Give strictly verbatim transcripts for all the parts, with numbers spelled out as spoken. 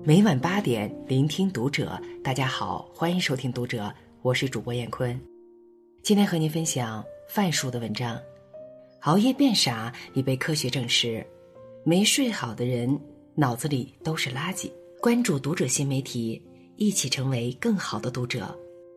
每晚八点，聆听读者。大家好，欢迎收听读者，我是主播燕坤。今天和您分享范叔的文章，熬夜变傻已被科学证实，没睡好的人脑子里都是垃圾。关注读者新媒体，一起成为更好的读者。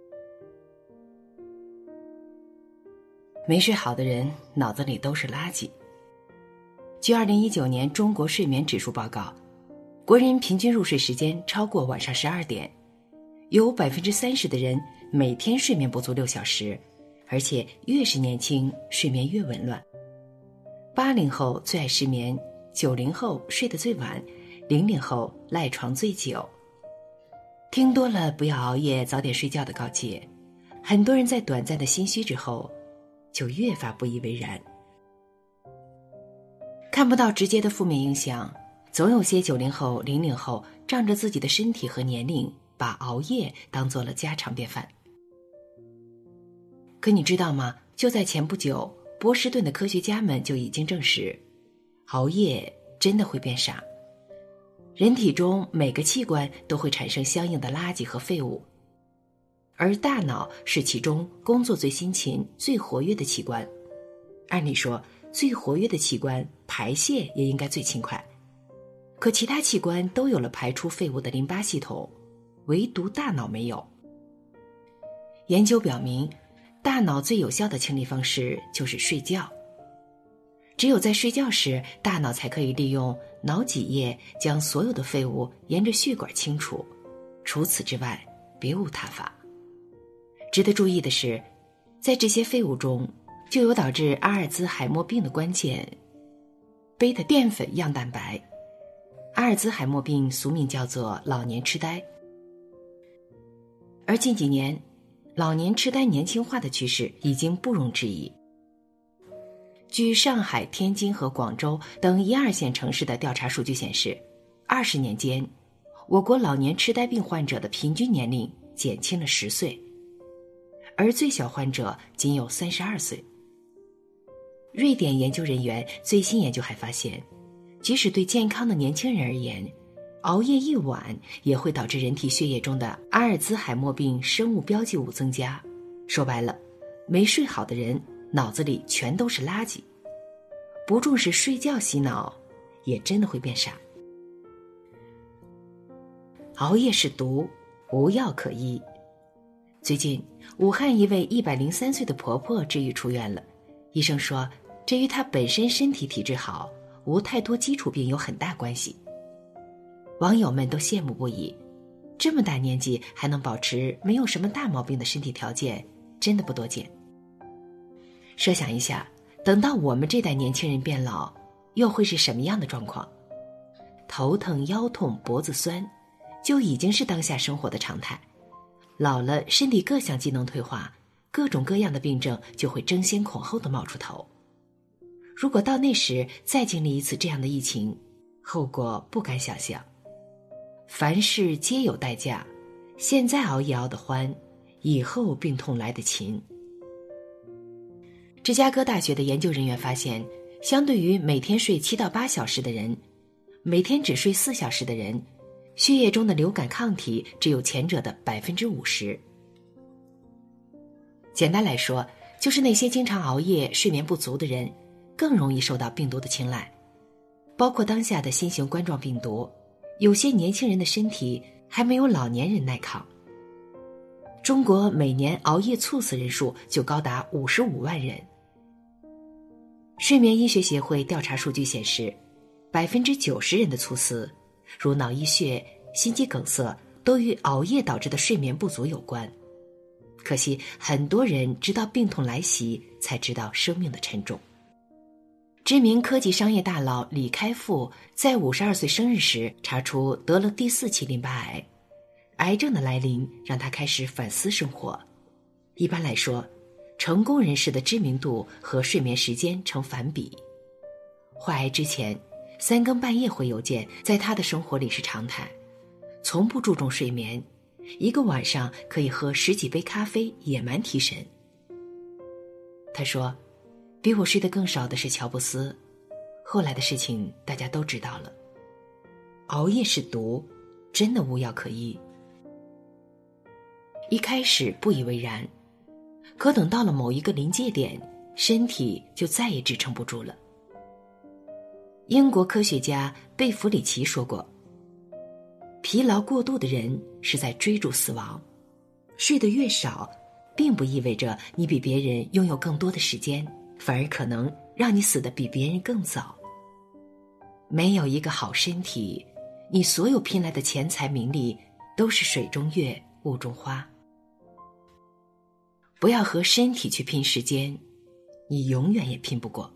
没睡好的人脑子里都是垃圾。据二零一九年中国睡眠指数报告，国人平均入睡时间超过晚上十二点，有 百分之三十 的人每天睡眠不足六小时，而且越是年轻睡眠越紊乱。八零后最爱失眠，九零后睡得最晚，零零后赖床最久。听多了不要熬夜早点睡觉的告诫，很多人在短暂的心虚之后就越发不以为然。看不到直接的负面影响，总有些九零后、零零后仗着自己的身体和年龄，把熬夜当做了家常便饭。可你知道吗？就在前不久，波士顿的科学家们就已经证实，熬夜真的会变傻。人体中每个器官都会产生相应的垃圾和废物，而大脑是其中工作最辛勤、最活跃的器官。按理说，最活跃的器官排泄也应该最勤快。可其他器官都有了排出废物的淋巴系统，唯独大脑没有。研究表明，大脑最有效的清理方式就是睡觉。只有在睡觉时，大脑才可以利用脑脊液将所有的废物沿着血管清除，除此之外别无他法。值得注意的是，在这些废物中就有导致阿尔兹海默病的关键贝塔淀粉样蛋白。阿尔兹海默病俗名叫做老年痴呆，而近几年老年痴呆年轻化的趋势已经不容置疑。据上海、天津和广州等一二线城市的调查数据显示，二十年间我国老年痴呆病患者的平均年龄减轻了十岁，而最小患者仅有三十二岁。瑞典研究人员最新研究还发现，即使对健康的年轻人而言，熬夜一晚也会导致人体血液中的阿尔兹海默病生物标记物增加。说白了，没睡好的人脑子里全都是垃圾。不重视睡觉洗脑，也真的会变傻。熬夜是毒，无药可医。最近，武汉一位一百零三岁的婆婆治愈出院了，医生说，这与她本身身体体质好，无太多基础病有很大关系。网友们都羡慕不已，这么大年纪还能保持没有什么大毛病的身体条件，真的不多见。设想一下，等到我们这代年轻人变老，又会是什么样的状况？头疼、腰痛、脖子酸，就已经是当下生活的常态。老了，身体各项机能退化，各种各样的病症就会争先恐后的冒出头。如果到那时再经历一次这样的疫情，后果不敢想象。凡事皆有代价，现在熬夜熬得欢，以后病痛来得勤。芝加哥大学的研究人员发现，相对于每天睡七到八小时的人，每天只睡四小时的人，血液中的流感抗体只有前者的 百分之五十。 简单来说，就是那些经常熬夜、睡眠不足的人更容易受到病毒的青睐。包括当下的新型冠状病毒，有些年轻人的身体还没有老年人耐抗。中国每年熬夜猝死人数就高达五十五万人。睡眠医学协会调查数据显示， 百分之九十 人的猝死，如脑溢血、心肌梗塞，都与熬夜导致的睡眠不足有关。可惜很多人直到病痛来袭才知道生命的沉重。知名科技商业大佬李开复在五十二岁生日时查出得了第四期淋巴癌，癌症的来临让他开始反思生活。一般来说，成功人士的知名度和睡眠时间成反比。患癌之前，三更半夜回邮件在他的生活里是常态，从不注重睡眠，一个晚上可以喝十几杯咖啡，野蛮提神。他说，比我睡得更少的是乔布斯，后来的事情大家都知道了。熬夜是毒， 真的无药可医。一开始不以为然，可等到了某一个临界点，身体就再也支撑不住了。英国科学家贝弗里奇说过，疲劳过度的人是在追逐死亡，睡得越少，并不意味着你比别人拥有更多的时间，反而可能让你死得比别人更早。没有一个好身体，你所有拼来的钱财名利都是水中月，雾中花。不要和身体去拼时间，你永远也拼不过。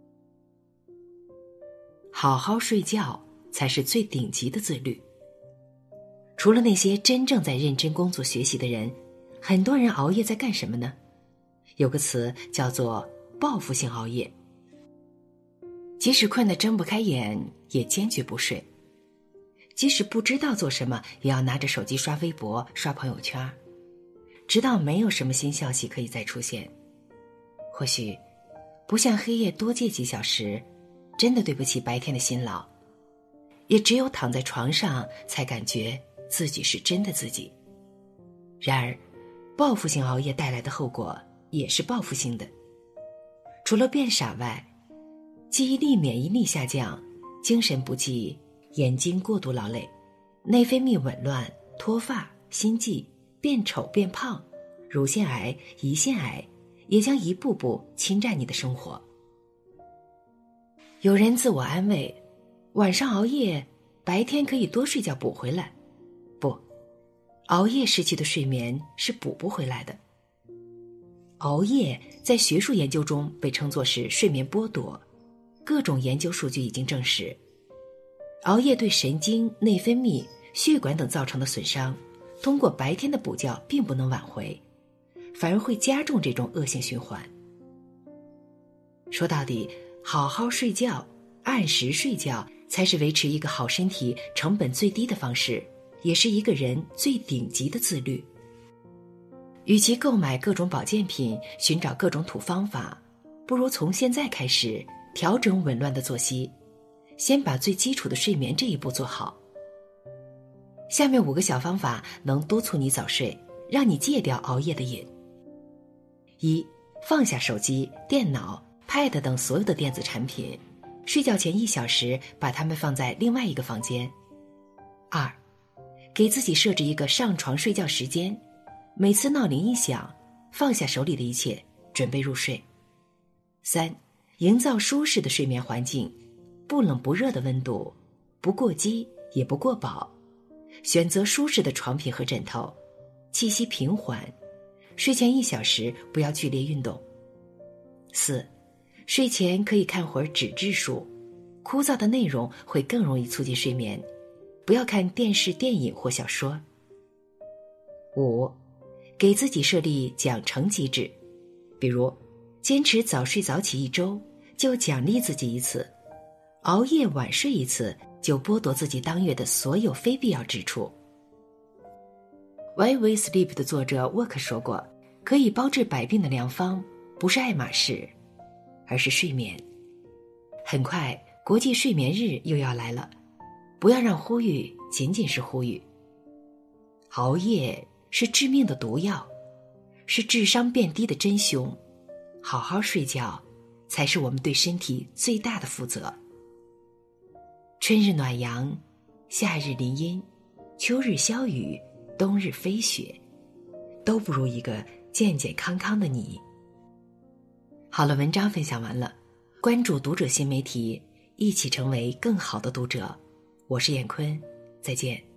好好睡觉才是最顶级的自律。除了那些真正在认真工作学习的人，很多人熬夜在干什么呢？有个词叫做报复性熬夜。即使困得睁不开眼，也坚决不睡。即使不知道做什么，也要拿着手机刷微博、刷朋友圈，直到没有什么新消息可以再出现。或许不向黑夜多借几小时，真的对不起白天的辛劳。也只有躺在床上，才感觉自己是真的自己。然而，报复性熬夜带来的后果也是报复性的。除了变傻外，记忆力、免疫力下降，精神不济，眼睛过度劳累，内分泌紊乱，脱发、心悸，变丑变胖，乳腺癌、胰腺癌也将一步步侵占你的生活。有人自我安慰，晚上熬夜，白天可以多睡觉补回来。不，熬夜失去的睡眠是补不回来的。熬夜在学术研究中被称作是睡眠剥夺，各种研究数据已经证实，熬夜对神经、内分泌、血管等造成的损伤，通过白天的补觉并不能挽回，反而会加重这种恶性循环。说到底，好好睡觉，按时睡觉，才是维持一个好身体成本最低的方式，也是一个人最顶级的自律。与其购买各种保健品，寻找各种土方法，不如从现在开始调整紊乱的作息，先把最基础的睡眠这一步做好。下面五个小方法能督促你早睡，让你戒掉熬夜的瘾。一、放下手机、电脑、Pad 等所有的电子产品，睡觉前一小时把它们放在另外一个房间。二、给自己设置一个上床睡觉时间，每次闹铃一响，放下手里的一切，准备入睡。三、营造舒适的睡眠环境，不冷不热的温度，不过饥也不过饱，选择舒适的床品和枕头，气息平缓，睡前一小时不要剧烈运动。四、睡前可以看会儿纸质书，枯燥的内容会更容易促进睡眠，不要看电视、电影或小说。五、给自己设立奖惩机制，比如坚持早睡早起一周，就奖励自己一次；熬夜晚睡一次，就剥夺自己当月的所有非必要支出。Why We Sleep 的作者沃克说过，可以包治百病的良方，不是爱马仕，而是睡眠。很快，国际睡眠日又要来了，不要让呼吁仅仅是呼吁。熬夜是致命的毒药，是智商变低的真凶。好好睡觉，才是我们对身体最大的负责。春日暖阳，夏日林荫，秋日消雨，冬日飞雪，都不如一个健健康康的你。好了，文章分享完了，关注读者新媒体，一起成为更好的读者。我是闫坤，再见。